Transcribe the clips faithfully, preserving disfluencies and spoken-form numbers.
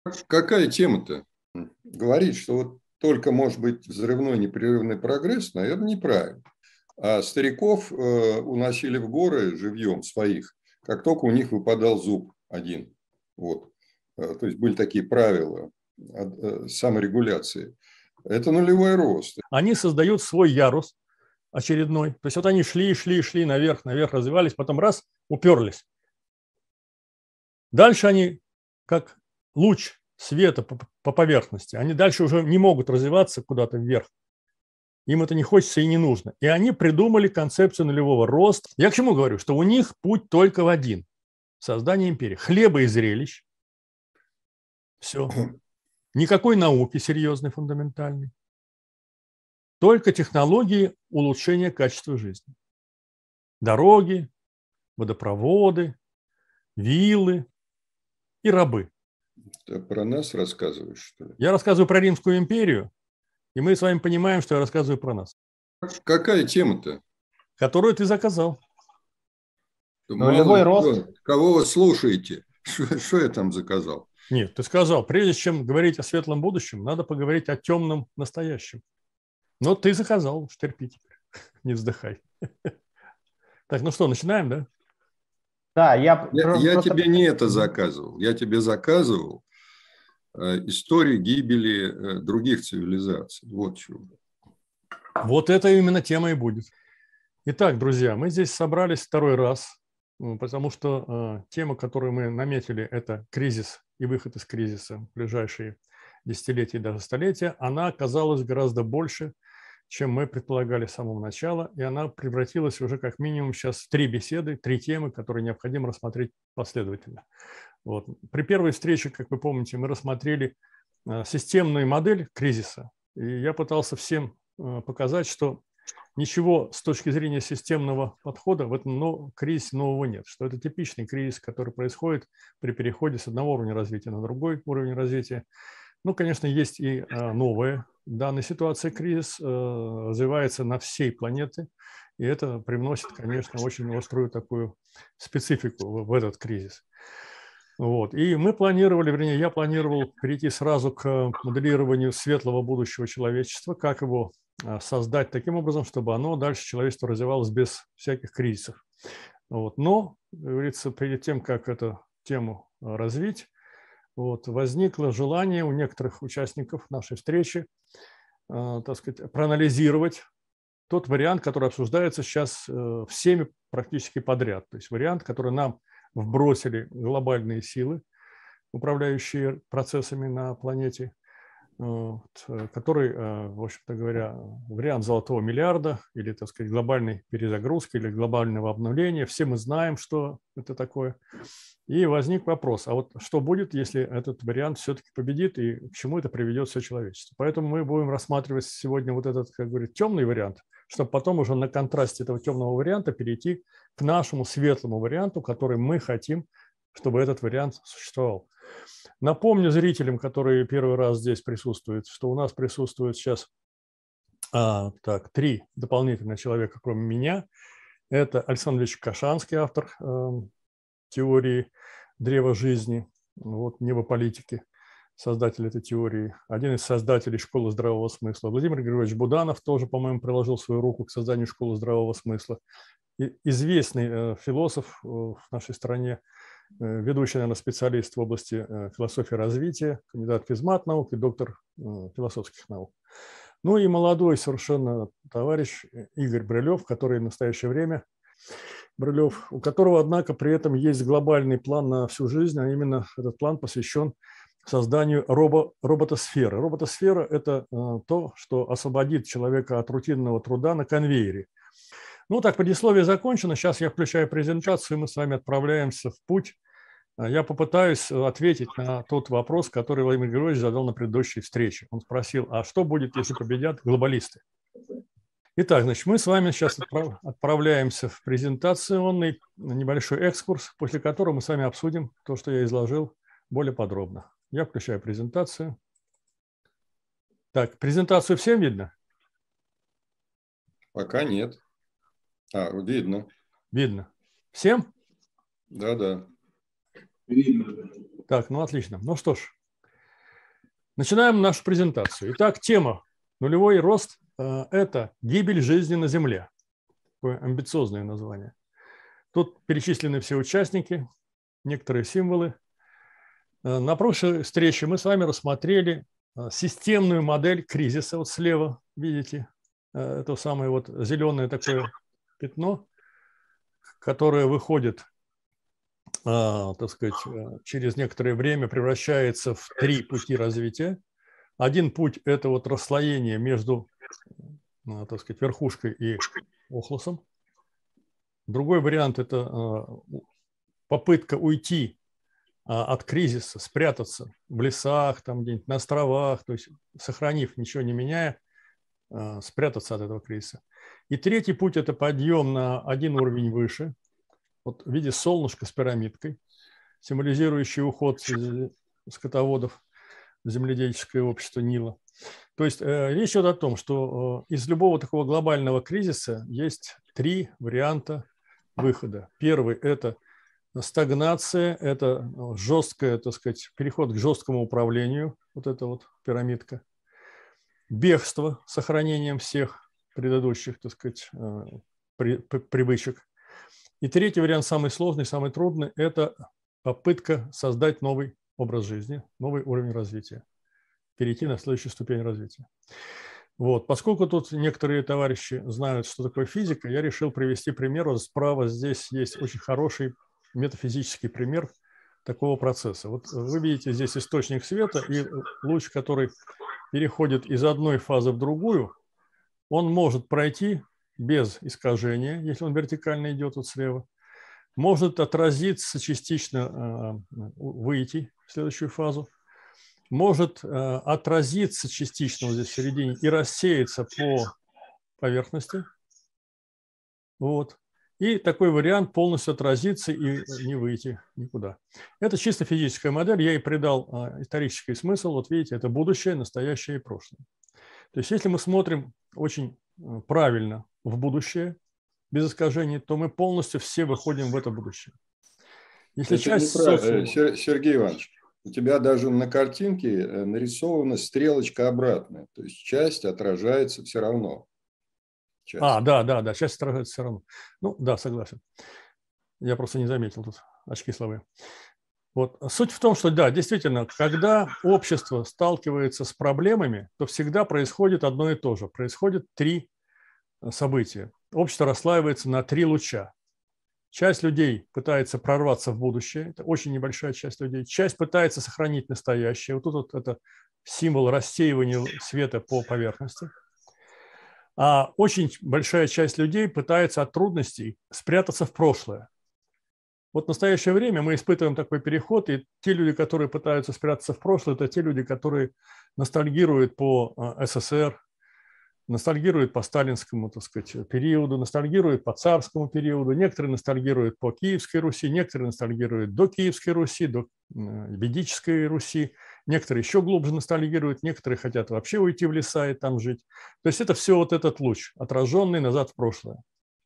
Какая тема-то? Говорить, что вот только может быть взрывной непрерывный прогресс, наверное, неправильно. А стариков э, уносили в горы живьем своих, как только у них выпадал зуб один. Вот. Э, то есть были такие правила э, саморегуляции. Это нулевой рост. Они создают свой ярус очередной. То есть вот они шли, шли, шли наверх, наверх, развивались, потом раз, уперлись. Дальше они, как луч света по поверхности, они дальше уже не могут развиваться куда-то вверх. Им это не хочется и не нужно. И они придумали концепцию нулевого роста. Я к чему говорю? Что у них путь только в один. Создание империи. Хлеба и зрелищ. Все. Никакой науки серьезной, фундаментальной. Только технологии улучшения качества жизни. Дороги, водопроводы, виллы и рабы. Ты про нас рассказываешь, что ли? Я рассказываю про Римскую империю, и мы с вами понимаем, что я рассказываю про нас. Какая тема-то? Которую ты заказал. Нулевой рост. Кого вы слушаете? Что, что я там заказал? Нет, ты сказал, прежде чем говорить о светлом будущем, надо поговорить о темном настоящем. Но ты заказал, терпи теперь, не вздыхай. Так, ну что, начинаем, да? Да, я... Я, просто... я тебе не это заказывал. Я тебе заказывал э, историю гибели э, других цивилизаций. Вот чего. Вот это именно тема и будет. Итак, друзья, мы здесь собрались второй раз, потому что э, тема, которую мы наметили, это кризис и выход из кризиса в ближайшие десятилетия и даже столетия, она оказалась гораздо больше, чем мы предполагали с самого начала, и она превратилась уже как минимум сейчас в три беседы, три темы, которые необходимо рассмотреть последовательно. Вот. При первой встрече, как вы помните, мы рассмотрели э, системную модель кризиса, и я пытался всем э, показать, что ничего с точки зрения системного подхода в этом но, кризисе нового нет, что это типичный кризис, который происходит при переходе с одного уровня развития на другой уровень развития. Ну, конечно, есть и а, новые. В данной ситуации кризис а, развивается на всей планете, и это привносит, конечно, очень острую такую специфику в, в этот кризис. Вот. И мы планировали, вернее, я планировал перейти сразу к моделированию светлого будущего человечества, как его создать таким образом, чтобы оно дальше человечество развивалось без всяких кризисов. Вот. Но, как говорится, перед тем, как эту тему развить, вот, возникло желание у некоторых участников нашей встречи, э, так сказать, проанализировать тот вариант, который обсуждается сейчас э, всеми практически подряд. То есть вариант, который нам вбросили глобальные силы, управляющие процессами на планете, который, в общем-то говоря, вариант золотого миллиарда или, так сказать, глобальной перезагрузки или глобального обновления. Все мы знаем, что это такое. И возник вопрос, а вот что будет, если этот вариант все-таки победит и к чему это приведет все человечество? Поэтому мы будем рассматривать сегодня вот этот, как говорит, темный вариант, чтобы потом уже на контрасте этого темного варианта перейти к нашему светлому варианту, который мы хотим, чтобы этот вариант существовал. Напомню зрителям, которые первый раз здесь присутствуют, что у нас присутствует сейчас а, так, три дополнительных человека, кроме меня. Это Александр Ильич Кашанский, автор э, теории древа жизни, вот, небополитики, создатель этой теории. Один из создателей школы здравого смысла. Владимир Григорьевич Буданов тоже, по-моему, приложил свою руку к созданию школы здравого смысла. И известный э, философ э, в нашей стране, ведущий, наверное, специалист в области философии развития, кандидат физмат-наук и доктор философских наук. Ну и молодой совершенно товарищ Игорь Брылев, который в настоящее время, Брылев, у которого, однако, при этом есть глобальный план на всю жизнь, а именно этот план посвящен созданию робо роботосферы. Роботосфера – это то, что освободит человека от рутинного труда на конвейере. Ну так, предисловие закончено. Сейчас я включаю презентацию, и мы с вами отправляемся в путь. Я попытаюсь ответить на тот вопрос, который Владимир Григорьевич задал на предыдущей встрече. Он спросил, а что будет, если победят глобалисты? Итак, значит, мы с вами сейчас отправляемся в презентационный небольшой экскурс, после которого мы с вами обсудим то, что я изложил, более подробно. Я включаю презентацию. Так, презентацию всем видно? Пока нет. А, видно. Видно. Всем? Да, да. Так, ну отлично. Ну что ж, Начинаем нашу презентацию. Итак, тема «Нулевой рост» – это гибель жизни на Земле. Такое амбициозное название. Тут перечислены все участники, некоторые символы. На прошлой встрече мы с вами рассмотрели системную модель кризиса. Вот слева, видите, это самое вот зеленое такое пятно, которое выходит, так сказать, через некоторое время превращается в три пути развития. Один путь – это вот расслоение между, так сказать, верхушкой и охлосом. Другой вариант – это попытка уйти от кризиса, спрятаться в лесах, там где-нибудь на островах, то есть сохранив, ничего не меняя, спрятаться от этого кризиса. И третий путь – это подъем на один уровень выше, вот в виде солнышка с пирамидкой, символизирующий уход скотоводов в земледельческое общество Нила. То есть э, речь идет о том, что э, из любого такого глобального кризиса есть три варианта выхода. Первый – это стагнация, это жесткая, так сказать, переход к жесткому управлению, вот эта вот пирамидка. Бегство с сохранением всех предыдущих, так сказать, при, при, привычек. И третий вариант, самый сложный, самый трудный, это попытка создать новый образ жизни, новый уровень развития, перейти на следующую ступень развития. Вот. Поскольку тут некоторые товарищи знают, что такое физика, я решил привести пример. Вот справа здесь есть очень хороший метафизический пример такого процесса. Вот вы видите здесь источник света, и луч, который переходит из одной фазы в другую, он может пройти без искажения, если он вертикально идет вот слева, может отразиться частично, выйти в следующую фазу, может отразиться частично вот здесь в середине и рассеяться по поверхности. Вот. И такой вариант полностью отразиться и не выйти никуда. Это чисто физическая модель, я ей придал исторический смысл. Вот видите, это будущее, настоящее и прошлое. То есть если мы смотрим очень правильно в будущее, без искажений, то мы полностью все выходим в это будущее. Если это часть социума... Сергей Иванович, у тебя даже на картинке нарисована стрелочка обратная, то есть часть отражается все равно. Часть. А, да, да, да, часть отражается все равно. Ну, да, согласен. Я просто не заметил тут очки славы. Вот. Суть в том, что, да, действительно, когда общество сталкивается с проблемами, то всегда происходит одно и то же. Происходит три события. Общество расслаивается на три луча. Часть людей пытается прорваться в будущее, это очень небольшая часть людей. Часть пытается сохранить настоящее. Вот тут вот это символ рассеивания света по поверхности. А очень большая часть людей пытается от трудностей спрятаться в прошлое. Вот в настоящее время мы испытываем такой переход, и те люди, которые пытаются спрятаться в прошлое, это те люди, которые ностальгируют по СССР, ностальгируют по сталинскому, так сказать, периоду, ностальгируют по царскому периоду, некоторые ностальгируют по Киевской Руси, некоторые ностальгируют до Киевской Руси, до Ведической Руси, некоторые еще глубже ностальгируют, некоторые хотят вообще уйти в леса и там жить. То есть это все вот этот луч, отраженный назад в прошлое.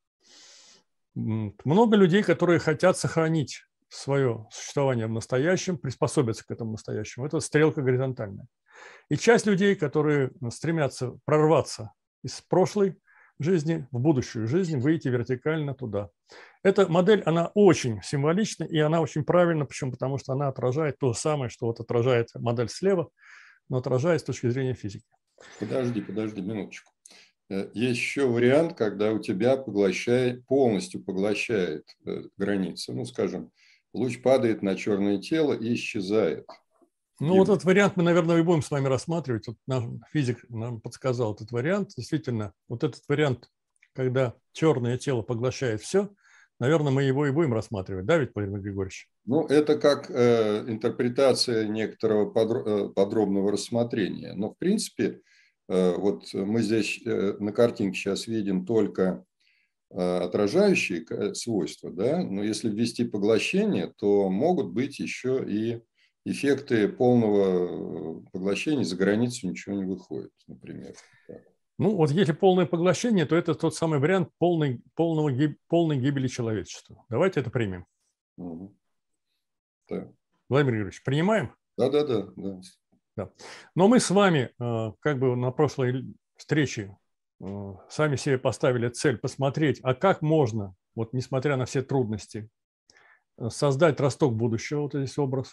Много людей, которые хотят сохранить свое существование в настоящем, приспособиться к этому настоящему. Это стрелка горизонтальная. И часть людей, которые стремятся прорваться из прошлой жизни в будущую жизнь, выйти вертикально туда. Эта модель, она очень символична, и она очень правильна, почему? Потому что она отражает то же самое, что вот отражает модель слева, но отражает с точки зрения физики. Подожди, подожди минуточку. Есть еще вариант, когда у тебя поглощает, полностью поглощает границы. Ну, скажем, луч падает на черное тело и исчезает. Ну, вот этот вариант мы, наверное, и будем с вами рассматривать. Вот наш физик нам подсказал этот вариант. Действительно, вот этот вариант, когда черное тело поглощает все, наверное, мы его и будем рассматривать. Да, ведь, Владимир Григорьевич? Ну, это как э, интерпретация некоторого подро- подробного рассмотрения. Но, в принципе, э, вот мы здесь э, на картинке сейчас видим только э, отражающие свойства, да? Но если ввести поглощение, то могут быть еще и эффекты полного поглощения, за границу ничего не выходит, например. Ну, вот если полное поглощение, то это тот самый вариант полной, полного, полной гибели человечества. Давайте это примем. Угу. Да. Владимир Юрьевич, принимаем? Да, да, да, да. Да. Но мы с вами, как бы на прошлой встрече, сами себе поставили цель посмотреть, а как можно, вот несмотря на все трудности, создать росток будущего, вот здесь образ.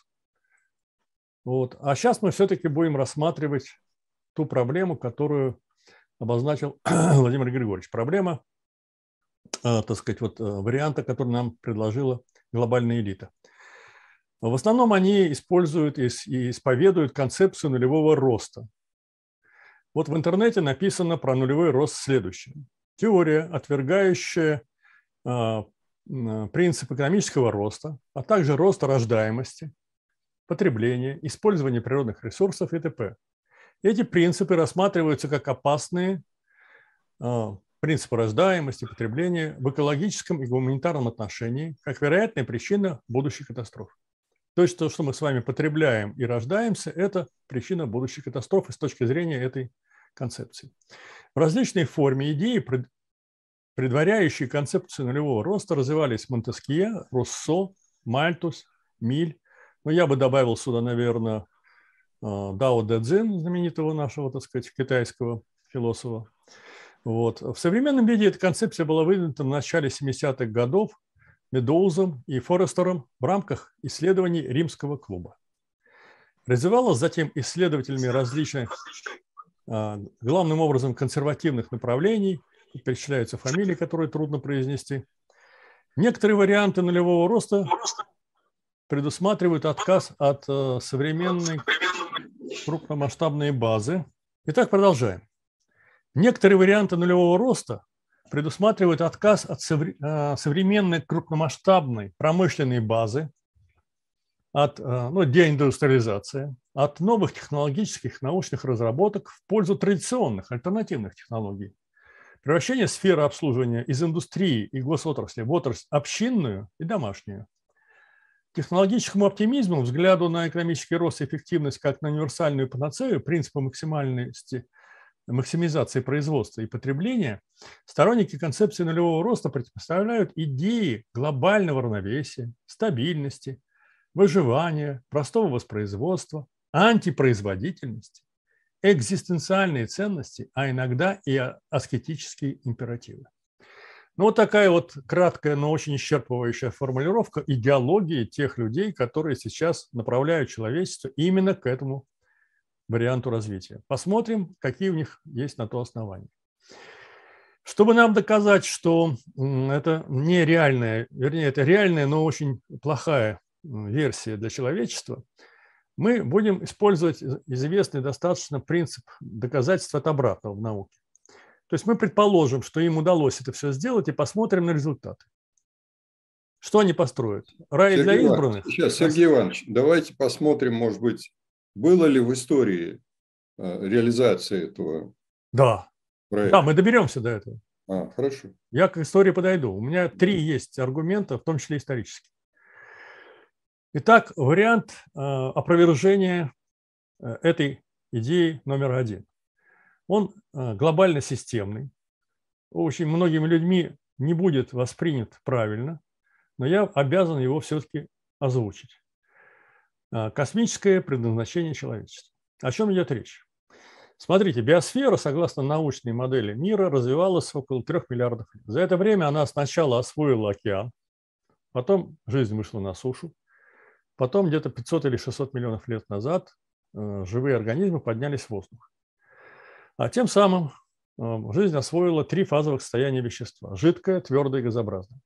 Вот. А сейчас мы все-таки будем рассматривать ту проблему, которую обозначил Владимир Григорьевич. Проблема, так сказать, вот варианта, который нам предложила глобальная элита. В основном они используют и исповедуют концепцию нулевого роста. Вот в интернете написано про нулевой рост следующее. Теория, отвергающая э, принцип экономического роста, а также роста рождаемости, потребления, использования природных ресурсов и т.п. Эти принципы рассматриваются как опасные э, принципы рождаемости, потребления в экологическом и гуманитарном отношении, как вероятная причина будущих катастроф. То есть то, что мы с вами потребляем и рождаемся, это причина будущих катастроф с точки зрения этой концепции. В различной форме идеи, предваряющие концепцию нулевого роста, развивались Монтескье, Руссо, Мальтус, Миль. Но я бы добавил сюда, наверное, Дао Дэ Цзин, знаменитого нашего, так сказать, китайского философа. Вот. В современном виде эта концепция была выдвинута в начале семидесятых годов Медоузом и Форестером в рамках исследований Римского клуба. Развивалась затем исследователями различных, главным образом, консервативных направлений, перечисляются фамилии, которые трудно произнести. Некоторые варианты нулевого роста предусматривают отказ от современной крупномасштабной базы. Итак, продолжаем. Некоторые варианты нулевого роста предусматривают отказ от современной крупномасштабной промышленной базы, от ну, деиндустриализации, от новых технологических научных разработок в пользу традиционных альтернативных технологий. Превращение сферы обслуживания из индустрии и госотрасли в отрасль общинную и домашнюю. Технологическому оптимизму, взгляду на экономический рост и эффективность как на универсальную панацею, принципу максимальности, максимизации производства и потребления, сторонники концепции нулевого роста представляют идеи глобального равновесия, стабильности, выживания, простого воспроизводства, антипроизводительности, экзистенциальные ценности, а иногда и аскетические императивы. Ну, вот такая вот краткая, но очень исчерпывающая формулировка идеологии тех людей, которые сейчас направляют человечество именно к этому варианту развития. Посмотрим, какие у них есть на то основания. Чтобы нам доказать, что это нереальная, вернее, это реальная, но очень плохая версия для человечества, мы будем использовать известный достаточно принцип доказательства от обратного в науке. То есть мы предположим, что им удалось это все сделать, и посмотрим на результаты. Что они построят? Рай для избранных? Сейчас, Сергей Иванович, давайте посмотрим, может быть, было ли в истории реализация этого да. проекта. Да, мы доберемся до этого. А, хорошо. Я к истории подойду. У меня три есть аргумента, в том числе исторические. Итак, вариант э, опровержения э, этой идеи номер один. Он э, глобально системный, очень многими людьми не будет воспринят правильно, но я обязан его все-таки озвучить. Э, космическое предназначение человечества. О чем идет речь? Смотрите, биосфера, согласно научной модели мира, развивалась около трех миллиардов лет. За это время она сначала освоила океан, потом жизнь вышла на сушу, потом где-то пятьсот или шестьсот миллионов лет назад э, живые организмы поднялись в воздух. А тем самым э, жизнь освоила три фазовых состояния вещества – жидкое, твердое и газообразное.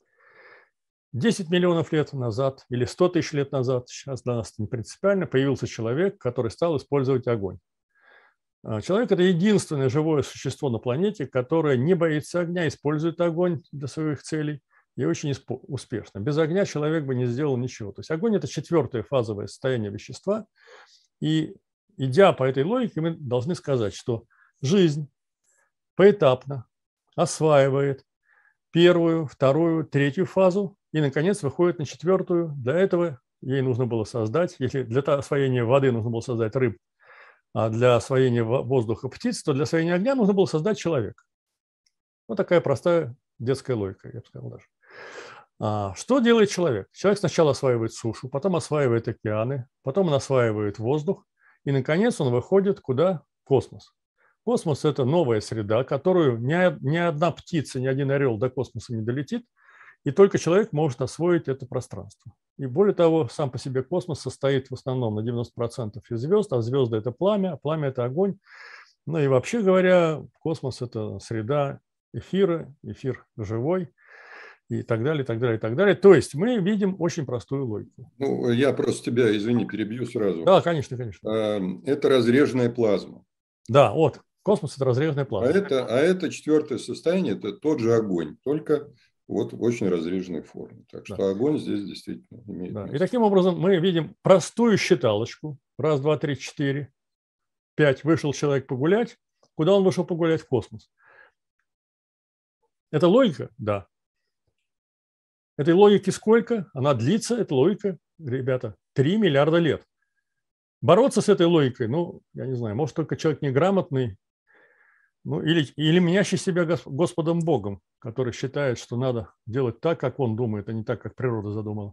десять миллионов лет назад или сто тысяч лет назад, сейчас для нас не принципиально, появился человек, который стал использовать огонь. Человек – это единственное живое существо на планете, которое не боится огня, использует огонь для своих целей и очень успешно. Без огня человек бы не сделал ничего. То есть огонь – это четвертое фазовое состояние вещества. И идя по этой логике, мы должны сказать, что жизнь поэтапно осваивает первую, вторую, третью фазу и, наконец, выходит на четвертую. Для этого ей нужно было создать, если для освоения воды нужно было создать рыб, а для освоения воздуха птиц, то для освоения огня нужно было создать человека. Вот такая простая детская логика, я бы сказал даже. А что делает человек? Человек сначала осваивает сушу, потом осваивает океаны, потом он осваивает воздух, И, наконец, он выходит куда? В космос. Космос – это новая среда, которую ни, ни одна птица, ни один орел до космоса не долетит, и только человек может освоить это пространство. И более того, сам по себе космос состоит в основном на девяносто процентов из звезд, а звезды – это пламя, а пламя – это огонь. Ну и вообще говоря, космос – это среда эфира, эфир живой, и так далее, и так далее, и так далее. То есть мы видим очень простую логику. Ну, я просто тебя, извини, перебью сразу. Да, конечно, конечно. Это разреженная плазма. Да, вот. Космос – это разреженная плазма. А это, а это четвертое состояние, это тот же огонь, только вот в очень разреженной форме. Так что да. Огонь здесь действительно имеет да. место. И таким образом мы видим простую считалочку. Раз, два, три, четыре, пять. Вышел человек погулять. Куда он вышел погулять? В космос. Это логика? Да. Этой логики сколько? Она длится, эта логика, ребята, три миллиарда лет. Бороться с этой логикой, ну, я не знаю, может, только человек неграмотный, ну, или, или менящий себя Господом Богом, который считает, что надо делать так, как он думает, а не так, как природа задумала.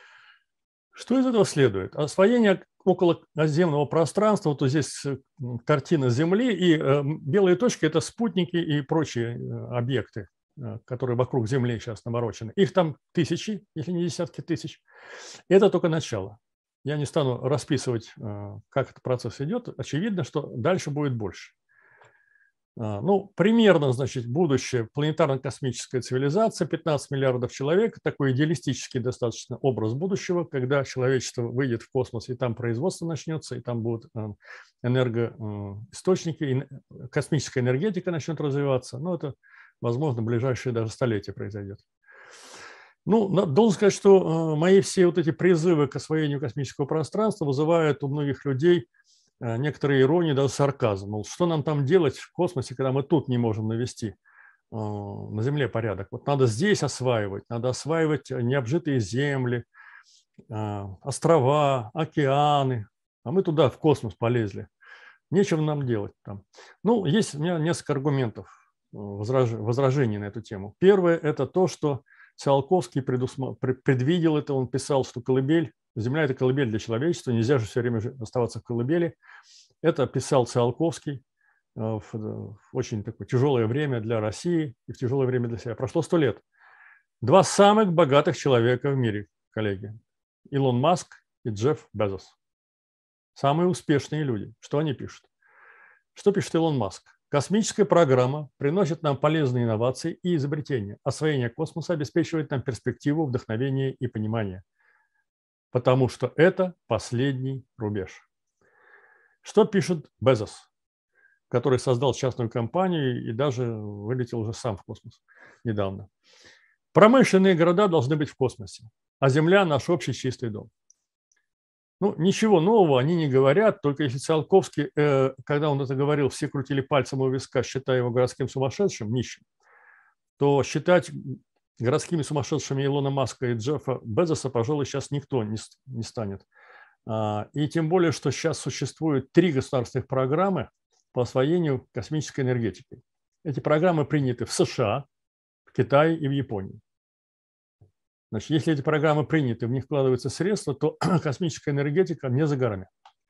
Что из этого следует? Освоение околоземного пространства, вот здесь картина Земли, и белые точки – это спутники и прочие объекты, которые вокруг Земли сейчас наворочены. Их там тысячи, если не десятки тысяч. Это только начало. Я не стану расписывать, как этот процесс идет. Очевидно, что дальше будет больше. Ну, примерно, значит, будущее планетарно-космическая цивилизация, пятнадцать миллиардов человек, такой идеалистический достаточно образ будущего, когда человечество выйдет в космос, и там производство начнется, и там будут энергоисточники, космическая энергетика начнет развиваться. Но это, возможно, в ближайшие даже столетия произойдет. Ну, должен сказать, что мои все вот эти призывы к освоению космического пространства вызывают у многих людей некоторые иронии, даже сарказм. Мол, что нам там делать в космосе, когда мы тут не можем навести на Земле порядок? Вот надо здесь осваивать, надо осваивать необжитые земли, острова, океаны, а мы туда, в космос, полезли. Нечего нам делать там. Ну, есть у меня несколько аргументов, возражений на эту тему. Первое – это то, что Циолковский предусма... предвидел это, он писал, что колыбель, Земля – это колыбель для человечества, нельзя же все время оставаться в колыбели. Это писал Циолковский в очень такое тяжелое время для России и в тяжелое время для себя. Прошло сто лет. Два самых богатых человека в мире, коллеги. Илон Маск и Джефф Безос. Самые успешные люди. Что они пишут? Что пишет Илон Маск? Космическая программа приносит нам полезные инновации и изобретения. Освоение космоса обеспечивает нам перспективу, вдохновение и понимание. Потому что это последний рубеж. Что пишет Безос, который создал частную компанию и даже вылетел уже сам в космос недавно? Промышленные города должны быть в космосе, а Земля – наш общий чистый дом. Ну, ничего нового они не говорят, только если Циолковский, э, когда он это говорил, все крутили пальцем у виска, считая его городским сумасшедшим, нищим, то считать городскими сумасшедшими Илона Маска и Джеффа Безоса, пожалуй, сейчас никто не, не станет. А, и тем более, что сейчас существует три государственных программы по освоению космической энергетики. Эти программы приняты в США, в Китае и в Японии. Значит, если эти программы приняты, в них вкладываются средства, то космическая энергетика не за горами.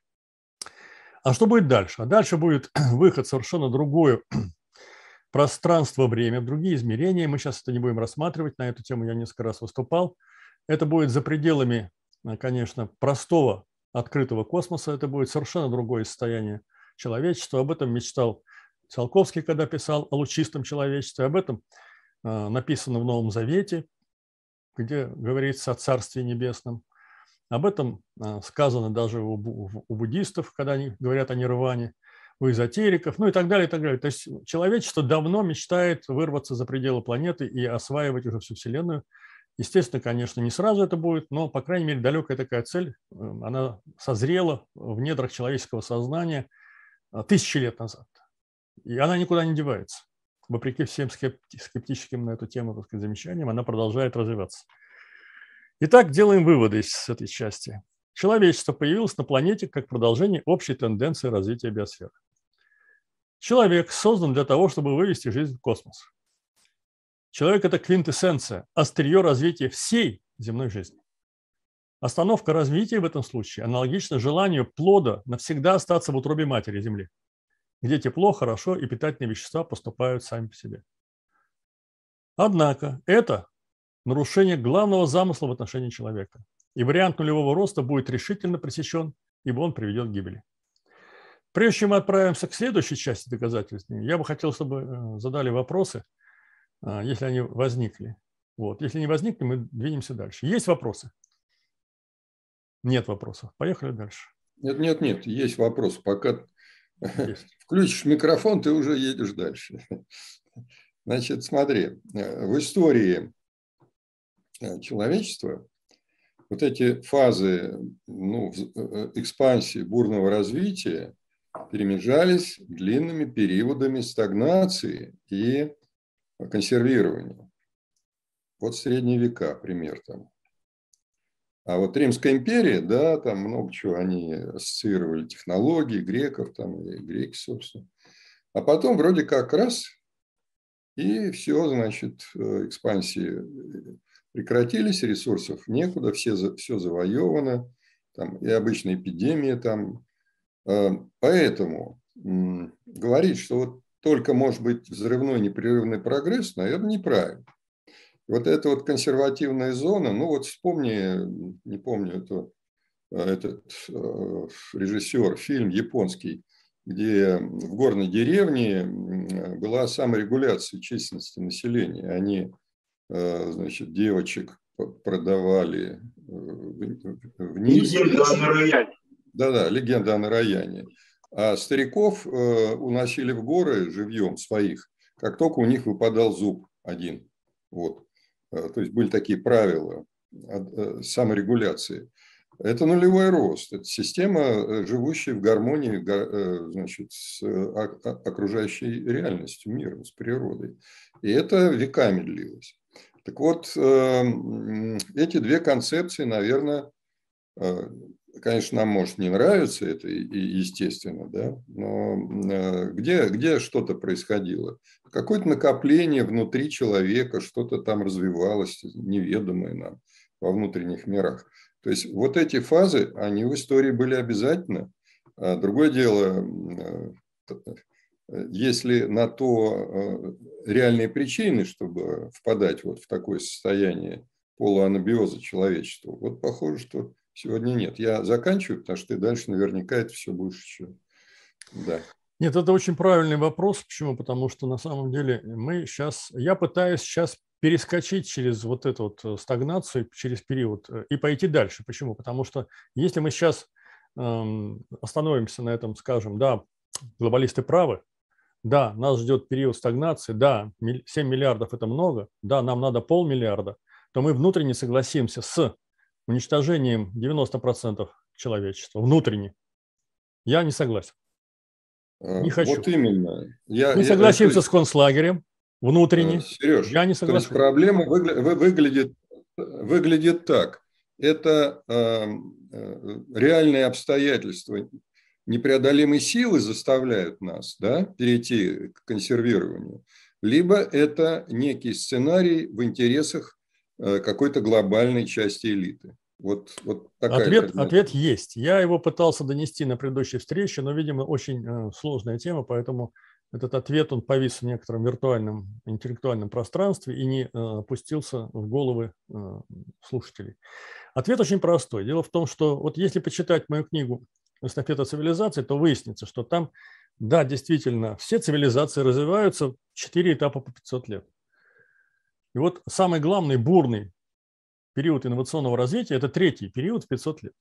А что будет дальше? А дальше будет выход в совершенно другое пространство-время, другие измерения. Мы сейчас это не будем рассматривать, на эту тему я несколько раз выступал. Это будет за пределами, конечно, простого открытого космоса. Это будет совершенно другое состояние человечества. Об этом мечтал Циолковский, когда писал о лучистом человечестве. Об этом написано в Новом Завете, где говорится о Царстве Небесном. Об этом сказано даже у, у буддистов, когда они говорят о нирване, у эзотериков, ну и так далее, и так далее. То есть человечество давно мечтает вырваться за пределы планеты и осваивать уже всю Вселенную. Естественно, конечно, не сразу это будет, но, по крайней мере, далекая такая цель, она созрела в недрах человеческого сознания тысячи лет назад. И она никуда не девается. Вопреки всем скептическим на эту тему, так сказать, замечаниям, она продолжает развиваться. Итак, делаем выводы с этой части. Человечество появилось на планете как продолжение общей тенденции развития биосферы. Человек создан для того, чтобы вывести жизнь в космос. Человек – это квинтэссенция, острие развития всей земной жизни. Остановка развития в этом случае аналогична желанию плода навсегда остаться в утробе матери Земли, где тепло, хорошо и питательные вещества поступают сами по себе. Однако это нарушение главного замысла в отношении человека, и вариант нулевого роста будет решительно пресечен, ибо он приведет к гибели. Прежде чем мы отправимся к следующей части доказательств, я бы хотел, чтобы задали вопросы, если они возникли. Вот. Если не возникли, мы двинемся дальше. Есть вопросы? Нет вопросов. Поехали дальше. Нет, нет, нет, есть вопрос. Пока есть. Включишь микрофон, ты уже едешь дальше. Значит, смотри, в истории человечества вот эти фазы, ну, экспансии, бурного развития перемежались длинными периодами стагнации и консервирования. Вот средние века, пример там. А вот Римская империя, да, там много чего они ассоциировали, технологии, греков там, и греки, собственно. А потом вроде как раз, и все, значит, экспансии прекратились, ресурсов некуда, все, все завоевано, там, и обычная эпидемия там. Поэтому говорить, что вот только может быть взрывной непрерывный прогресс, наверное, неправильно. Вот эта вот консервативная зона, ну вот вспомни, не помню, это, этот режиссер, фильм японский, где в горной деревне была саморегуляция численности населения. Они, значит, девочек продавали вниз. Легенда о Нараяне. Да-да, легенда о Нараяне. А стариков уносили в горы живьем своих, как только у них выпадал зуб один. Вот. То есть были такие правила саморегуляции. Это нулевой рост. Это система, живущая в гармонии, значит, с окружающей реальностью, миром, с природой. И это веками длилось. Так вот, эти две концепции, наверное, конечно, нам может не нравиться это, естественно, да, но где, где что-то происходило? Какое-то накопление внутри человека, что-то там развивалось, неведомое нам во внутренних мирах. То есть вот эти фазы, они в истории были обязательно. А другое дело, если на то реальные причины, чтобы впадать вот в такое состояние полуанабиоза человечества, вот похоже, что сегодня нет. Я заканчиваю, потому что ты дальше наверняка это все будешь еще. Да. Нет, это очень правильный вопрос. Почему? Потому что на самом деле мы сейчас, я пытаюсь сейчас перескочить через вот эту вот стагнацию, через период и пойти дальше. Почему? Потому что если мы сейчас эм, остановимся на этом, скажем, да, глобалисты правы, да, нас ждет период стагнации, да, семь миллиардов – это много, да, нам надо полмиллиарда, то мы внутренне согласимся с уничтожением девяноста процентов человечества, внутренне. Я не согласен. Не хочу. Вот именно. Я, мы согласимся я, с концлагерем, внутренне. Сереж, я не согласен. То есть проблема выгля, выглядит, выглядит так. Это э, реальные обстоятельства непреодолимой силы заставляют нас, да, перейти к консервированию, либо это некий сценарий в интересах какой-то глобальной части элиты. Вот, вот такая ответ, ответ есть. Я его пытался донести на предыдущей встрече, но, видимо, очень э, сложная тема, поэтому этот ответ, он повис в некотором виртуальном интеллектуальном пространстве и не э, опустился в головы э, слушателей. Ответ очень простой. Дело в том, что вот если почитать мою книгу «Эстафета цивилизации», то выяснится, что там, да, действительно, все цивилизации развиваются в четыре этапа по пятьсот лет. И вот самый главный бурный период инновационного развития – это третий период в пятьсот лет.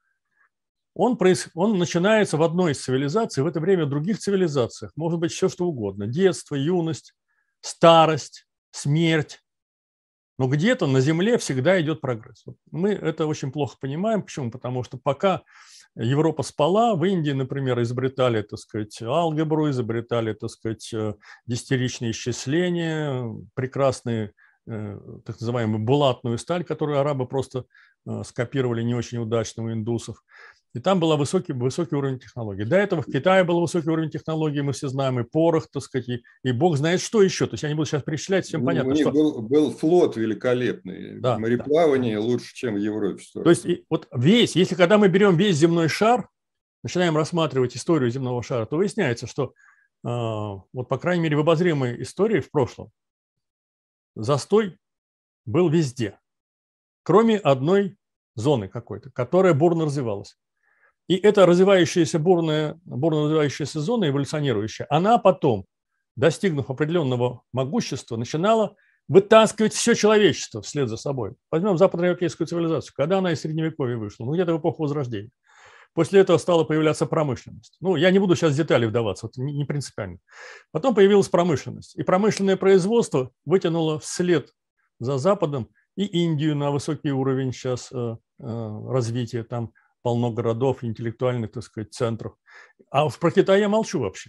Он, проис... он начинается в одной из цивилизаций, в это время в других цивилизациях может быть все что угодно. Детство, юность, старость, смерть. Но где-то на Земле всегда идет прогресс. Мы это очень плохо понимаем. Почему? Потому что пока Европа спала, в Индии, например, изобретали, так сказать, алгебру, изобретали, так сказать, десятиричные исчисления, прекрасные, так называемую булатную сталь, которую арабы просто скопировали не очень удачно у индусов. И там был высокий, высокий уровень технологий. До этого в Китае был высокий уровень технологий, мы все знаем, и порох, так сказать, и, и бог знает что еще. То есть я не буду сейчас перечислять, всем у, понятно. У них что... был, был флот великолепный, да, мореплавание да. лучше, чем в Европе. То есть и, вот весь, если когда мы берем весь земной шар, начинаем рассматривать историю земного шара, то выясняется, что э, вот по крайней мере в обозримой истории в прошлом застой был везде, кроме одной зоны какой-то, которая бурно развивалась. И эта развивающаяся бурная, бурно развивающаяся зона, эволюционирующая, она потом, достигнув определенного могущества, начинала вытаскивать все человечество вслед за собой. Возьмем западноевропейскую цивилизацию, когда она из Средневековья вышла, ну где-то в эпоху Возрождения. После этого стала появляться промышленность. Ну, я не буду сейчас в детали вдаваться, это не принципиально. Потом появилась промышленность. И промышленное производство вытянуло вслед за Западом и Индию на высокий уровень сейчас э, э, развития. Там полно городов, интеллектуальных, так сказать, центров. А про Китай я молчу вообще.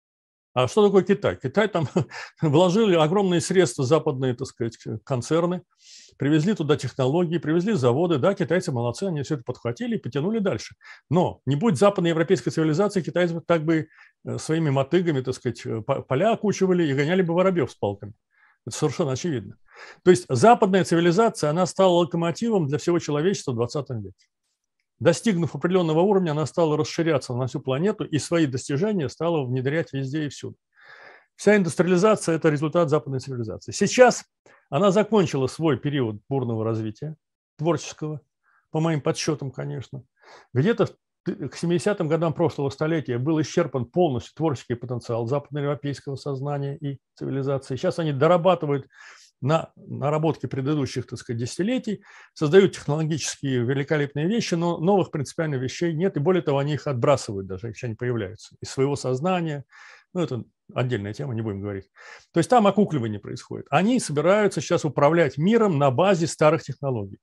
А что такое Китай? Китай там вложили огромные средства западные, так сказать, концерны, привезли туда технологии, привезли заводы. Да, китайцы молодцы, они все это подхватили и потянули дальше. Но не будь западноевропейской цивилизации, китайцы так бы своими мотыгами, так сказать, поля окучивали и гоняли бы воробьев с палками. Это совершенно очевидно. То есть западная цивилизация, она стала локомотивом для всего человечества в двадцатом веке. Достигнув определенного уровня, она стала расширяться на всю планету и свои достижения стала внедрять везде и всюду. Вся индустриализация – это результат западной цивилизации. Сейчас она закончила свой период бурного развития, творческого, по моим подсчетам, конечно. Где-то к семидесятым годам прошлого столетия был исчерпан полностью творческий потенциал западноевропейского сознания и цивилизации. Сейчас они дорабатывают на наработки предыдущих, так сказать, десятилетий, создают технологические великолепные вещи, но новых принципиальных вещей нет, и более того, они их отбрасывают даже, если они появляются, из своего сознания. Ну, это отдельная тема, не будем говорить. То есть там окукливание происходит. Они собираются сейчас управлять миром на базе старых технологий.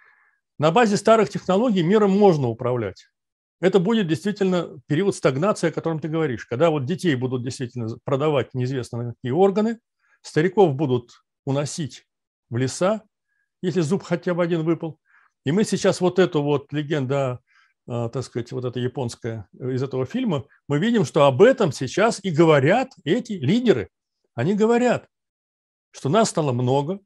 На базе старых технологий миром можно управлять. Это будет действительно период стагнации, о котором ты говоришь, когда вот детей будут действительно продавать неизвестно на какие органы, стариков будут уносить в леса, если зуб хотя бы один выпал. И мы сейчас вот эту вот легенду, так сказать, вот эта японская из этого фильма, мы видим, что об этом сейчас и говорят эти лидеры. Они говорят, что нас стало много,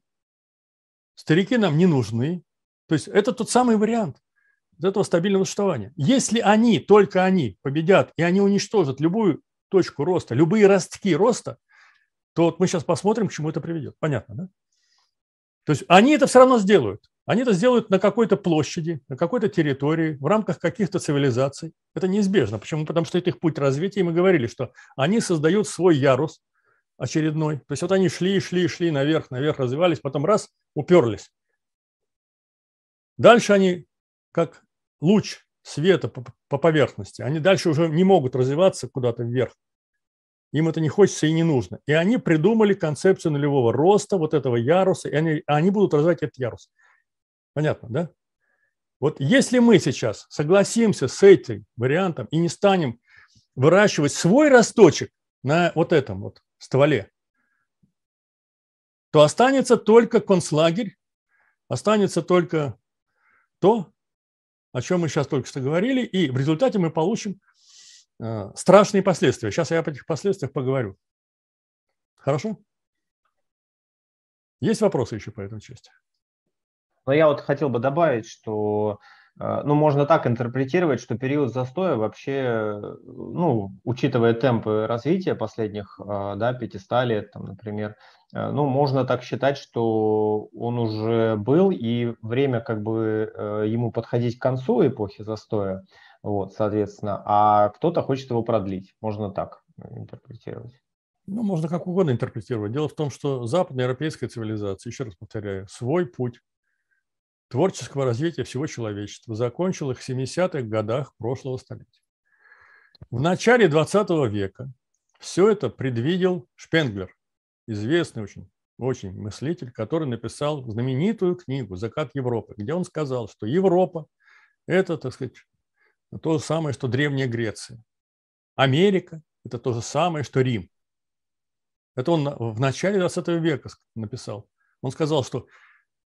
старики нам не нужны. То есть это тот самый вариант этого стабильного существования. Если они, только они победят, и они уничтожат любую точку роста, любые ростки роста, то вот мы сейчас посмотрим, к чему это приведет. Понятно, да? То есть они это все равно сделают. Они это сделают на какой-то площади, на какой-то территории, в рамках каких-то цивилизаций. Это неизбежно. Почему? Потому что это их путь развития. И мы говорили, что они создают свой ярус очередной. То есть вот они шли, шли, шли наверх, наверх, развивались, потом раз, уперлись. Дальше они, как луч света по поверхности, они дальше уже не могут развиваться куда-то вверх. Им это не хочется и не нужно. И они придумали концепцию нулевого роста, вот этого яруса, и они, они будут развивать этот ярус. Понятно, да? Вот если мы сейчас согласимся с этим вариантом и не станем выращивать свой росточек на вот этом вот стволе, то останется только концлагерь, останется только то, о чем мы сейчас только что говорили, и в результате мы получим э, страшные последствия. Сейчас я об этих последствиях поговорю. Хорошо? Есть вопросы еще по этой части? Но я вот хотел бы добавить, что ну, можно так интерпретировать, что период застоя вообще, ну, учитывая темпы развития последних, да, пятисот лет, там, например, ну, можно так считать, что он уже был, и время как бы ему подходить к концу эпохи застоя, вот, соответственно, а кто-то хочет его продлить. Можно так интерпретировать. Ну, можно как угодно интерпретировать. Дело в том, что западноевропейская цивилизация, еще раз повторяю, свой путь творческого развития всего человечества закончил их в семидесятых годах прошлого столетия. В начале двадцатого века все это предвидел Шпенглер, известный очень, очень мыслитель, который написал знаменитую книгу «Закат Европы», где он сказал, что Европа – это, так сказать, то же самое, что Древняя Греция. Америка – это то же самое, что Рим. Это он в начале двадцатого века написал. Он сказал, что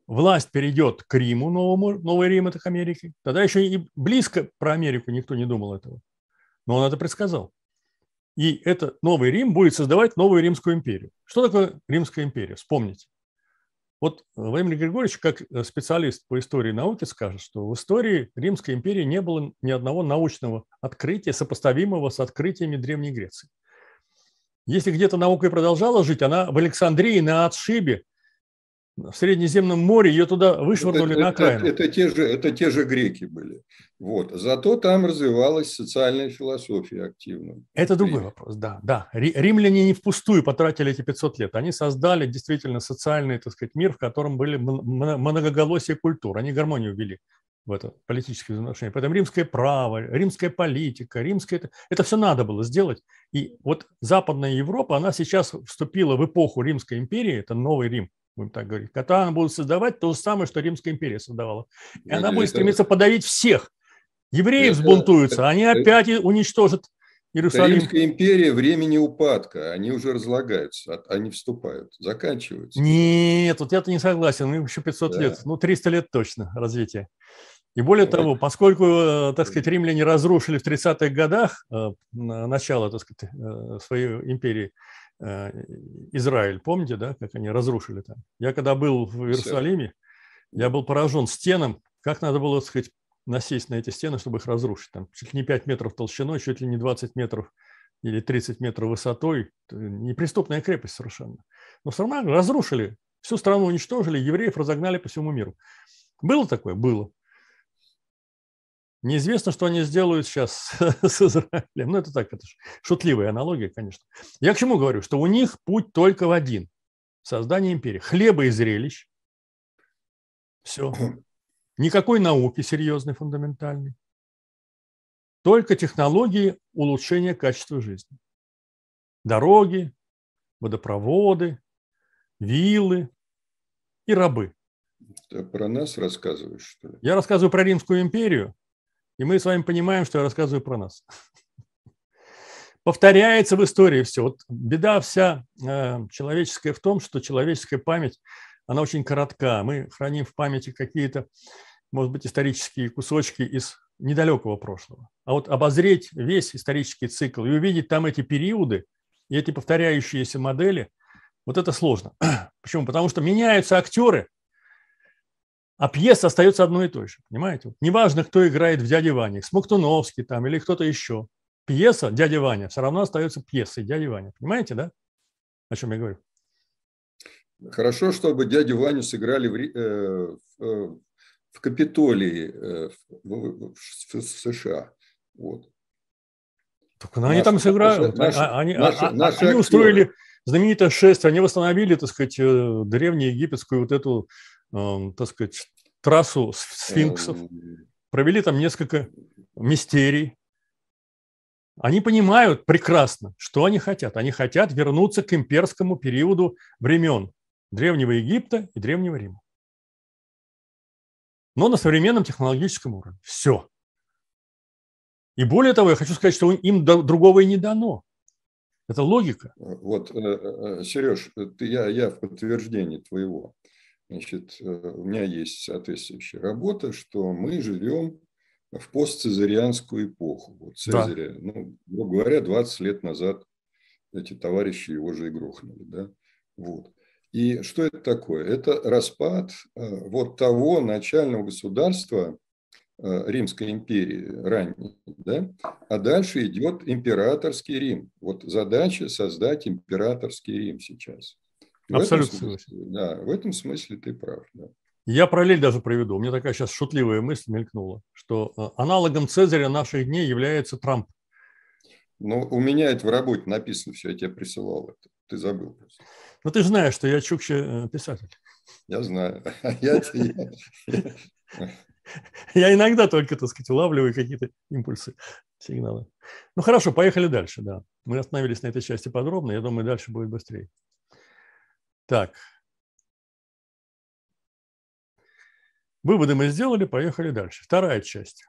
власть перейдет к Риму, новому, новый Рим – это к Америке. Тогда еще и близко про Америку никто не думал этого. Но он это предсказал. И этот новый Рим будет создавать новую Римскую империю. Что такое Римская империя? Вспомните. Вот Владимир Григорьевич, как специалист по истории науки, скажет, что в истории Римской империи не было ни одного научного открытия, сопоставимого с открытиями Древней Греции. Если где-то наука и продолжала жить, она в Александрии, на отшибе, в Средиземном море, ее туда вышвырнули это, на окраину. Это, это, те же, это те же греки были. Вот. Зато там развивалась социальная философия активно. Это другой вопрос, да, да. Римляне не впустую потратили эти пятьсот лет. Они создали действительно социальный, так сказать, мир, в котором были многоголосие культур. Они гармонию ввели в это политическое взаимоотношение. Поэтому римское право, римская политика, римское... Это, это все надо было сделать. И вот Западная Европа, она сейчас вступила в эпоху Римской империи, это новый Рим, будем так говорить, когда она будет создавать то же самое, что Римская империя создавала. И она будет стремиться подавить всех. Евреи взбунтуются, они опять уничтожат Иерусалим. Римская империя времени упадка, они уже разлагаются, они вступают, заканчиваются. Нет, вот я-то не согласен, им еще пятьсот да. лет, ну триста лет точно развития. И более Давай. того, поскольку, так сказать, римляне разрушили в тридцатых годах начало, так сказать, своей империи, Израиль, помните, да, как они разрушили там? Я когда был в Иерусалиме, я был поражен стенам, как надо было, так сказать, насесть на эти стены, чтобы их разрушить. Там чуть ли не пять метров толщиной, чуть ли не двадцать метров или тридцать метров высотой. Неприступная крепость совершенно. Но все равно разрушили, всю страну уничтожили, евреев разогнали по всему миру. Было такое? Было. Неизвестно, что они сделают сейчас с Израилем. Ну, это так, это шутливая аналогия, конечно. Я к чему говорю? Что у них путь только в один. Создание империи. Хлеба и зрелищ. Все. Никакой науки серьезной, фундаментальной. Только технологии улучшения качества жизни. Дороги, водопроводы, виллы и рабы. Ты про нас рассказываешь, что ли? Я рассказываю про Римскую империю, и мы с вами понимаем, что я рассказываю про нас. Повторяется в истории все. Вот беда вся э, человеческая в том, что человеческая память, она очень коротка. Мы храним в памяти какие-то, может быть, исторические кусочки из недалекого прошлого. А вот обозреть весь исторический цикл и увидеть там эти периоды и эти повторяющиеся модели, вот это сложно. Почему? Потому что меняются актеры, а пьеса остается одной и той же. Понимаете? Неважно, кто играет в «Дяде Ване», Смоктуновский там или кто-то еще. Пьеса «Дядя Ваня» все равно остается пьесой «Дядя Ваня». Понимаете, да? О чем я говорю? Хорошо, чтобы «Дядю Ваню» сыграли в, э, в, в Капитолии э, в, в США. Вот. Так, ну, они там сыграют. Наши, они, наши, они, наши они устроили знаменитое шествие. Они восстановили, так сказать, древнеегипетскую вот эту, э, так сказать, трассу сфинксов. Провели там несколько мистерий. Они понимают прекрасно, что они хотят. Они хотят вернуться к имперскому периоду времен Древнего Египта и Древнего Рима. Но на современном технологическом уровне. Все. И более того, я хочу сказать, что им другого и не дано. Это логика. Вот, Сереж, ты, я, я в подтверждении твоего. Значит, у меня есть соответствующая работа, что мы живем в постцезарианскую эпоху. Вот Цезаря, да. ну, грубо говоря, двадцать лет назад эти товарищи его же и грохнули. Да? Вот. И что это такое? Это распад вот того начального государства Римской империи ранней, да? А дальше идет императорский Рим. Вот задача создать императорский Рим сейчас. В Абсолютно смысле, да, в этом смысле ты прав. Да. Я параллель даже приведу. У меня такая сейчас шутливая мысль мелькнула, что аналогом Цезаря наших дней является Трамп. Ну, у меня это в работе написано все, я тебе присылал это. Ты забыл просто. Ну, ты же знаешь, что я чукче писатель. Я знаю. Я Я иногда только, так сказать, улавливаю какие-то импульсы, сигналы. Ну, хорошо, поехали дальше, да. Мы остановились на этой части подробно, я думаю, дальше будет быстрее. Так. Выводы мы сделали, поехали дальше. Вторая часть.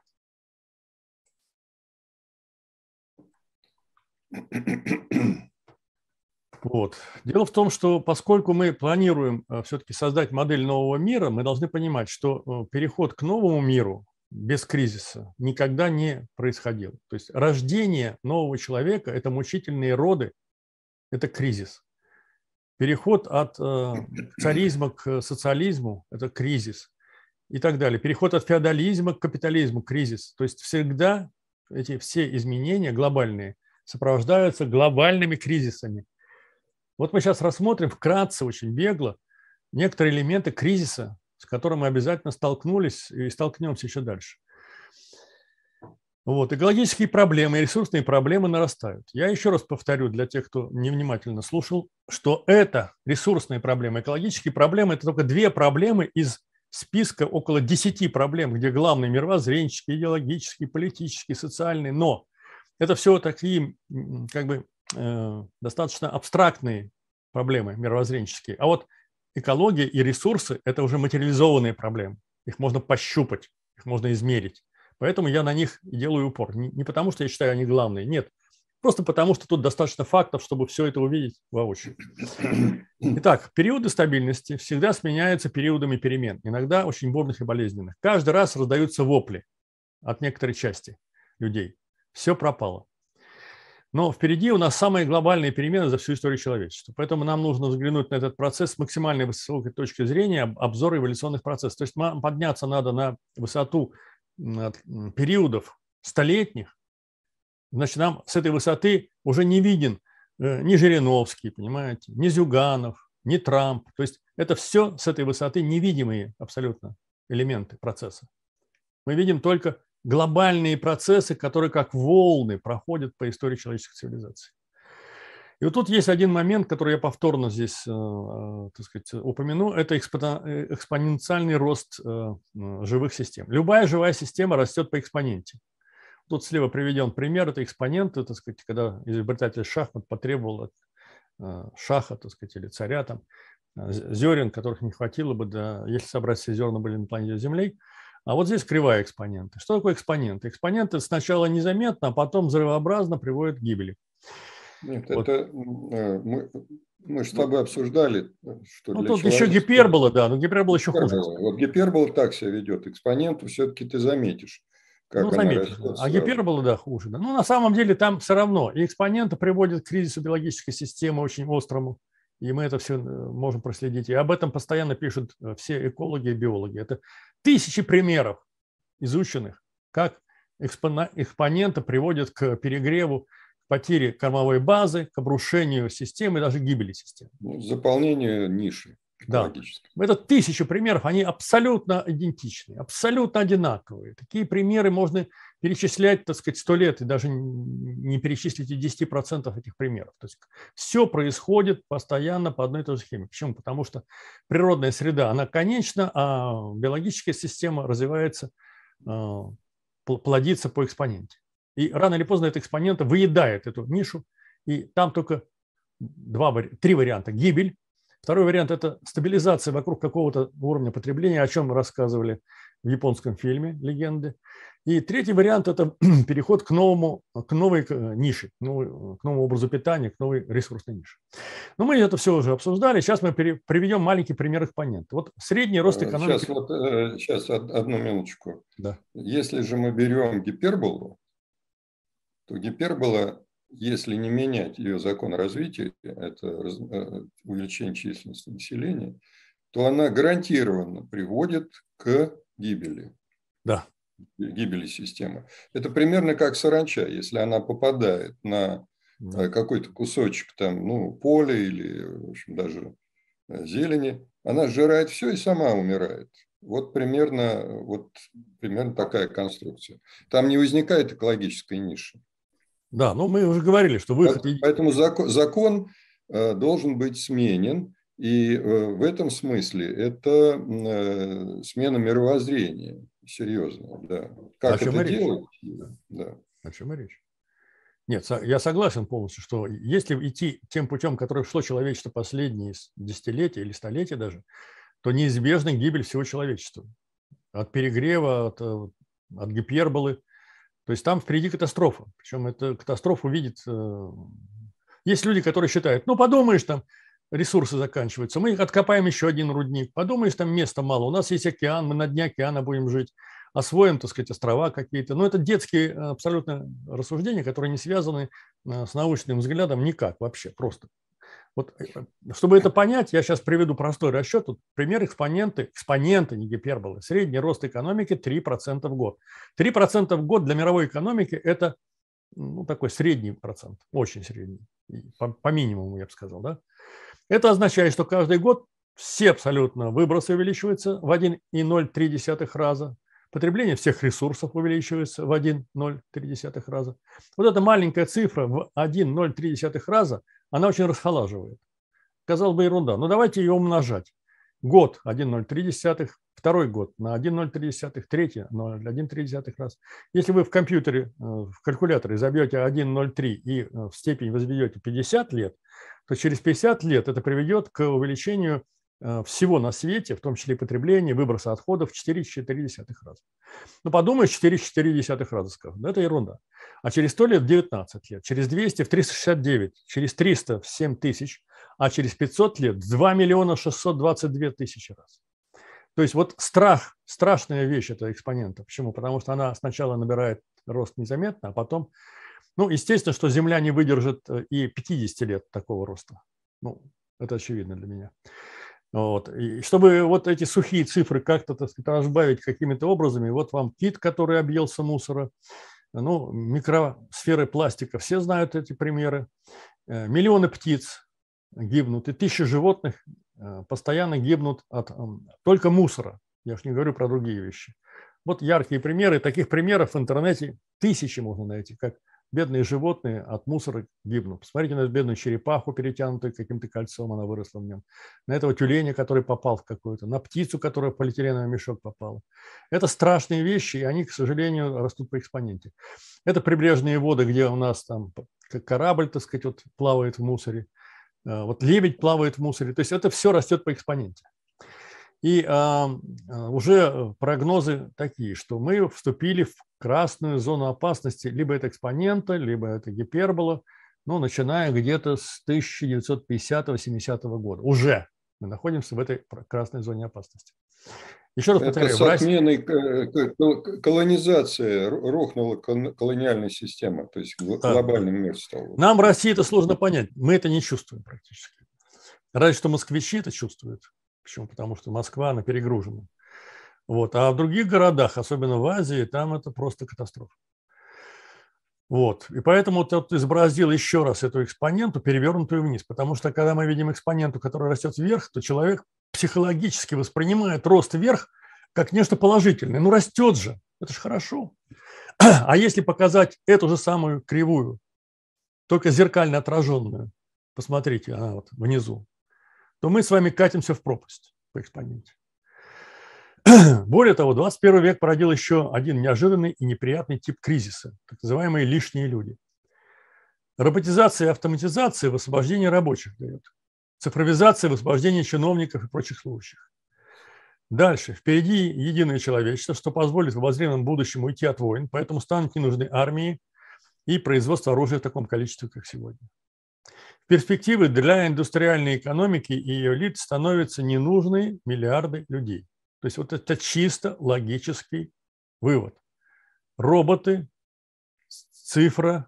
Вот. Дело в том, что поскольку мы планируем все-таки создать модель нового мира, мы должны понимать, что переход к новому миру без кризиса никогда не происходил. То есть рождение нового человека – это мучительные роды, это кризис. Переход от царизма к социализму – это кризис и так далее. Переход от феодализма к капитализму – кризис. То есть всегда эти все изменения глобальные сопровождаются глобальными кризисами. Вот мы сейчас рассмотрим вкратце, очень бегло, некоторые элементы кризиса, с которым мы обязательно столкнулись и столкнемся еще дальше. Вот. Экологические проблемы и ресурсные проблемы нарастают. Я еще раз повторю для тех, кто невнимательно слушал, что это ресурсные проблемы, экологические проблемы – это только две проблемы из списка около десяти проблем, где главные мировоззренческие, идеологические, политические, социальные, но это все такие как бы э, достаточно абстрактные проблемы мировоззренческие. А вот экология и ресурсы – это уже материализованные проблемы. Их можно пощупать, их можно измерить. Поэтому я на них делаю упор. Не потому, что я считаю, они главные, нет. Просто потому, что тут достаточно фактов, чтобы все это увидеть воочию. Итак, периоды стабильности всегда сменяются периодами перемен, иногда очень бурных и болезненных. Каждый раз раздаются вопли от некоторой части людей. Все пропало. Но впереди у нас самые глобальные перемены за всю историю человечества. Поэтому нам нужно взглянуть на этот процесс с максимальной высокой точки зрения, обзора эволюционных процессов. То есть подняться надо на высоту периодов столетних. Значит, нам с этой высоты уже не виден ни Жириновский, понимаете, ни Зюганов, ни Трамп. То есть это все с этой высоты невидимые абсолютно элементы процесса. Мы видим только глобальные процессы, которые как волны проходят по истории человеческой цивилизации. И вот тут есть один момент, который я повторно здесь, так сказать, упомяну. Это экспоненциальный рост живых систем. Любая живая система растет по экспоненте. Тут слева приведен пример. Это экспоненты, так сказать, когда изобретатель шахмат потребовал от шаха, так сказать, или царя там, зерен, которых не хватило бы, да, если собрать все зерна были на планете Земли. А вот здесь кривая экспонента. Что такое экспоненты? Экспоненты сначала незаметно, а потом взрывообразно приводят к гибели. Нет, вот. это мы, мы же с тобой обсуждали, что ну, для тут еще гипербола, да, но гипербола еще хуже. Вот гипербола так себя ведет. Экспоненту все-таки ты заметишь, как ну, она заметишь, растет. Да. А гипербола, да, хуже. Да. Ну, на самом деле там все равно. И экспоненты приводят к кризису биологической системы очень острому. И мы это все можем проследить. И об этом постоянно пишут все экологи и биологи. Это тысячи примеров изученных, как экспоненты приводят к перегреву, к потере кормовой базы, к обрушению системы и даже гибели системы. Заполнению ниши экологической. Да. Это тысячи примеров, они абсолютно идентичны, абсолютно одинаковые. Такие примеры можно перечислять, так сказать, сто лет и даже не перечислить и десять процентов этих примеров. То есть все происходит постоянно по одной и той же схеме. Почему? Потому что природная среда, она конечна, а биологическая система развивается, плодится по экспоненте. И рано или поздно эта экспонента выедает эту нишу, и там только два, три варианта. Гибель. Второй вариант – это стабилизация вокруг какого-то уровня потребления, о чем мы рассказывали в японском фильме «Легенды». И третий вариант – это переход к новому, к новой нише, к новому, к новому образу питания, к новой ресурсной нише. Но мы это все уже обсуждали. Сейчас мы приведем маленький пример экспонента. Вот средний рост экономики… Сейчас, вот, сейчас одну минуточку. Да. Если же мы берем гиперболу, то гипербола, если не менять ее закон развития, это увеличение численности населения, то она гарантированно приводит к гибели. Да. Гибели системы. Это примерно как саранча. Если она попадает на да. какой-то кусочек там, ну, поля или, в общем, даже зелени, она сжирает все и сама умирает. Вот примерно, вот примерно такая конструкция. Там не возникает экологической ниши. Да, ну мы уже говорили, что выход… Поэтому закон, закон должен быть сменен, и в этом смысле это смена мировоззрения серьезная. Да. Как это делать? Да. О чем и речь? Нет, я согласен полностью, что если идти тем путем, который шло человечество последние десятилетия или столетия даже, то неизбежна гибель всего человечества. От перегрева, от, от гиперболы. То есть там впереди катастрофа. Причем эта катастрофа увидит Есть люди, которые считают, ну, подумаешь, там ресурсы заканчиваются, мы откопаем еще один рудник, подумаешь, там места мало, у нас есть океан, мы на дне океана будем жить, освоим, так сказать, острова какие-то. Но это детские абсолютно рассуждения, которые не связаны с научным взглядом никак вообще, просто. Вот, чтобы это понять, я сейчас приведу простой расчет. Тут пример экспоненты, экспоненты, не гиперболы. Средний рост экономики три процента в год. три процента в год для мировой экономики – это ну, такой средний процент, очень средний, по, по минимуму, я бы сказал. Да? Это означает, что каждый год все абсолютно выбросы увеличиваются в один целых ноль три раза. Потребление всех ресурсов увеличивается в один целых ноль три раза. Вот эта маленькая цифра в один целых ноль три раза, она очень расхолаживает. Казалось бы, ерунда. Но давайте ее умножать. Год один целых ноль три, второй год на один целых ноль три, третий на один целых три раз. Если вы в компьютере, в калькуляторе забьете один целых ноль три и в степень возведете пятьдесят лет, то через пятьдесят лет это приведет к увеличению всего на свете, в том числе и потребления, выброса отходов в четыре целых четыре десятых раза. Ну, подумаешь, четыре целых четыре десятых раза скажут. Да, это ерунда. А через сто лет – девятнадцать лет, через двести – в триста шестьдесят девять, через триста – в семь тысяч, а через пятьсот лет – в два миллиона шестьсот двадцать две тысячи раз. То есть вот страх, страшная вещь это экспонента. Почему? Потому что она сначала набирает рост незаметно, а потом, ну, естественно, что Земля не выдержит и пятидесяти лет такого роста. Ну, это очевидно для меня. Вот. И чтобы вот эти сухие цифры как-то, так сказать, разбавить какими-то образами, вот вам кит, который объелся мусора, ну, микросферы пластика, все знают эти примеры. Миллионы птиц гибнут, и тысячи животных постоянно гибнут от только мусора. Я уж не говорю про другие вещи. Вот яркие примеры. Таких примеров в интернете тысячи можно найти, как бедные животные от мусора гибнут. Посмотрите на эту бедную черепаху, перетянутую каким-то кольцом, она выросла в нем. На этого тюленя, который попал в какую-то, на птицу, которая в полиэтиленовый мешок попала. Это страшные вещи, и они, к сожалению, растут по экспоненте. Это прибрежные воды, где у нас там как корабль, так сказать, вот, плавает в мусоре. Вот лебедь плавает в мусоре. То есть это все растет по экспоненте. И а, уже прогнозы такие, что мы вступили в красную зону опасности, либо это экспонента, либо это гипербола, ну, начиная где-то с тысяча девятьсот пятидесятого — семидесятого года. Уже мы находимся в этой красной зоне опасности. Еще раз повторяю. Это с отменой колонизации рухнула колониальная система, то есть глобальный мир стал. Нам в России это сложно понять, мы это не чувствуем практически. Разве что москвичи это чувствуют. Почему? Потому что Москва, она перегружена. Вот. А в других городах, особенно в Азии, там это просто катастрофа. Вот. И поэтому вот я изобразил еще раз эту экспоненту, перевернутую вниз. Потому что когда мы видим экспоненту, которая растет вверх, то человек психологически воспринимает рост вверх как нечто положительное. Ну, растет же, это же хорошо. А если показать эту же самую кривую, только зеркально отраженную, посмотрите, она вот внизу, то мы с вами катимся в пропасть по экспоненте. Более того, двадцать первый век породил еще один неожиданный и неприятный тип кризиса, так называемые лишние люди. Роботизация и автоматизация в освобождении рабочих дает. Цифровизация в освобождении чиновников и прочих служащих. Дальше. Впереди единое человечество, что позволит в обозримом будущем уйти от войн, поэтому станут не нужны армии и производство оружия в таком количестве, как сегодня. В перспективе для индустриальной экономики и ее элит становятся ненужные миллиарды людей. То есть вот это чисто логический вывод. Роботы, цифра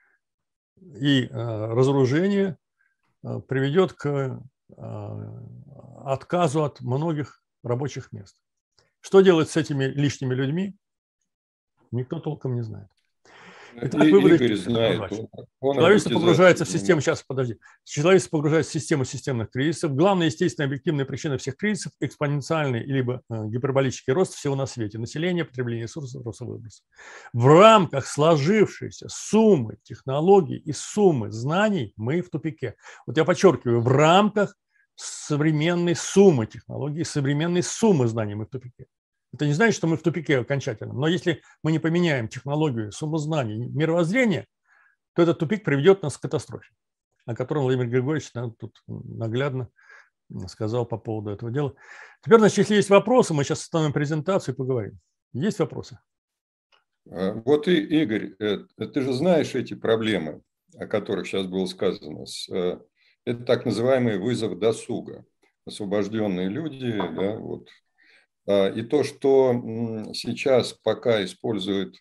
и э, разоружение э, приведет к э, отказу от многих рабочих мест. Что делать с этими лишними людьми, никто толком не знает. Итак, и, выводы. Игорь знает. Он Человечество погружается в систему, сейчас, подожди. Человечество погружается в систему системных кризисов. Главная, естественная, объективная причина всех кризисов – экспоненциальный либо гиперболический рост всего на свете. Население, потребление ресурсов, рост выброса. В рамках сложившейся суммы технологий и суммы знаний мы в тупике. Вот я подчеркиваю, в рамках современной суммы технологий, современной суммы знаний мы в тупике. Это не значит, что мы в тупике окончательно. Но если мы не поменяем технологию, сумму знаний, мировоззрение, то этот тупик приведет нас к катастрофе, о котором Владимир Григорьевич нам тут наглядно сказал по поводу этого дела. Теперь, значит, если есть вопросы, мы сейчас остановим презентацию и поговорим. Есть вопросы? Вот, и, Игорь, ты же знаешь эти проблемы. о которых сейчас было сказано, это так называемый вызов досуга. Освобожденные люди, да, вот. И то, что сейчас пока используют,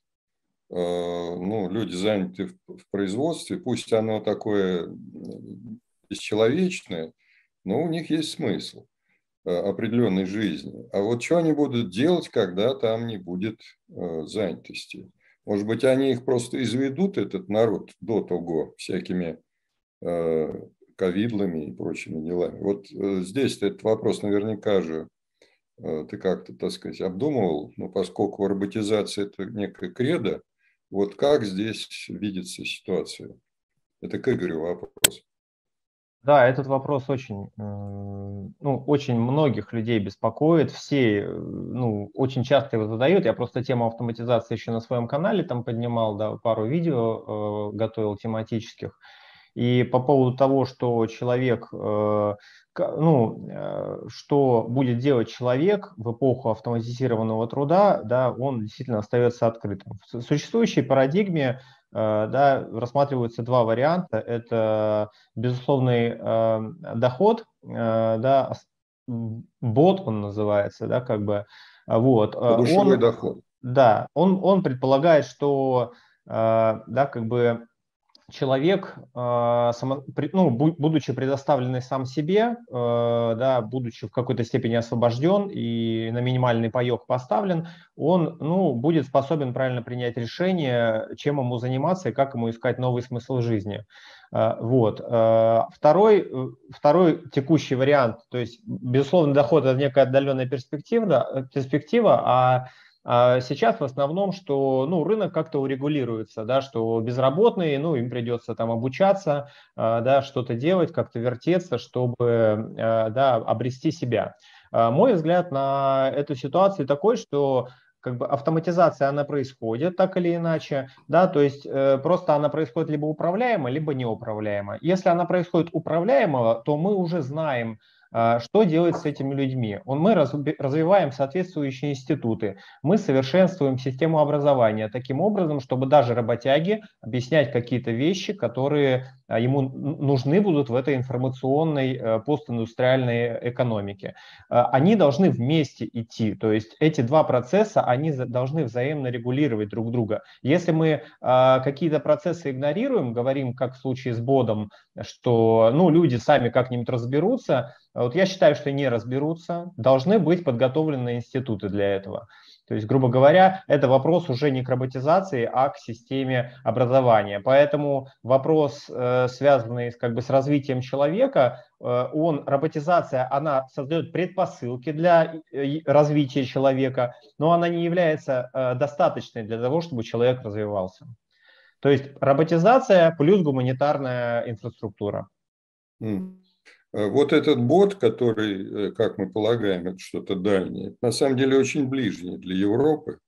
ну, люди, занятые в производстве, пусть оно такое бесчеловечное, но у них есть смысл определенной жизни. А вот что они будут делать, когда там не будет занятости? Может быть, они их просто изведут, этот народ, до того, всякими ковидлами и прочими делами. Вот здесь этот вопрос наверняка же ты как-то, так сказать, обдумывал, но поскольку роботизация – это некая кредо, вот как здесь видится ситуация? Это к Игорю вопрос. Да, этот вопрос очень, ну, очень многих людей беспокоит. Все, ну, очень часто его задают. Я просто тему автоматизации еще на своем канале там поднимал, да, пару видео э, готовил тематических. И по поводу того, что человек, э, ну, э, что будет делать человек в эпоху автоматизированного труда, да, он действительно остается открытым. В существующей парадигме да, рассматриваются два варианта. Это безусловный э, доход, э, да, бот он называется, да, как бы, вот. Подушевой он, доход. Да, он, он предполагает, что, э, да, как бы, человек, ну, будучи предоставленный сам себе, да, будучи в какой-то степени освобожден и на минимальный паек поставлен, он, ну, будет способен правильно принять решение, чем ему заниматься и как ему искать новый смысл жизни. Вот. Второй, второй текущий вариант, то есть, безусловно, доход – это некая отдаленная перспектива, перспектива, а сейчас в основном, что, ну, рынок как-то урегулируется, да, что безработные, ну, им придется там обучаться, да, что-то делать, как-то вертеться, чтобы, да, обрести себя. Мой взгляд на эту ситуацию такой, что как бы автоматизация, она происходит так или иначе, да, то есть э, просто она происходит либо управляемо, либо неуправляемо. Если она происходит управляемо, то мы уже знаем, что делать с этими людьми. Мы развиваем соответствующие институты, мы совершенствуем систему образования таким образом, чтобы даже работяги объяснять какие-то вещи, которые ему нужны будут в этой информационной постиндустриальной экономике. Они должны вместе идти, то есть эти два процесса, они должны взаимно регулировать друг друга. Если мы какие-то процессы игнорируем, говорим, как в случае с Бодом, что, ну, люди сами как-нибудь разберутся, вот я считаю, что не разберутся, должны быть подготовлены институты для этого. То есть, грубо говоря, это вопрос уже не к роботизации, а к системе образования. Поэтому вопрос, связанный как бы с развитием человека, он, роботизация, она создает предпосылки для развития человека, но она не является достаточной для того, чтобы человек развивался. То есть роботизация плюс гуманитарная инфраструктура. Mm. Вот этот бот, который, как мы полагаем, это что-то дальнее, это на самом деле очень ближний для Европы.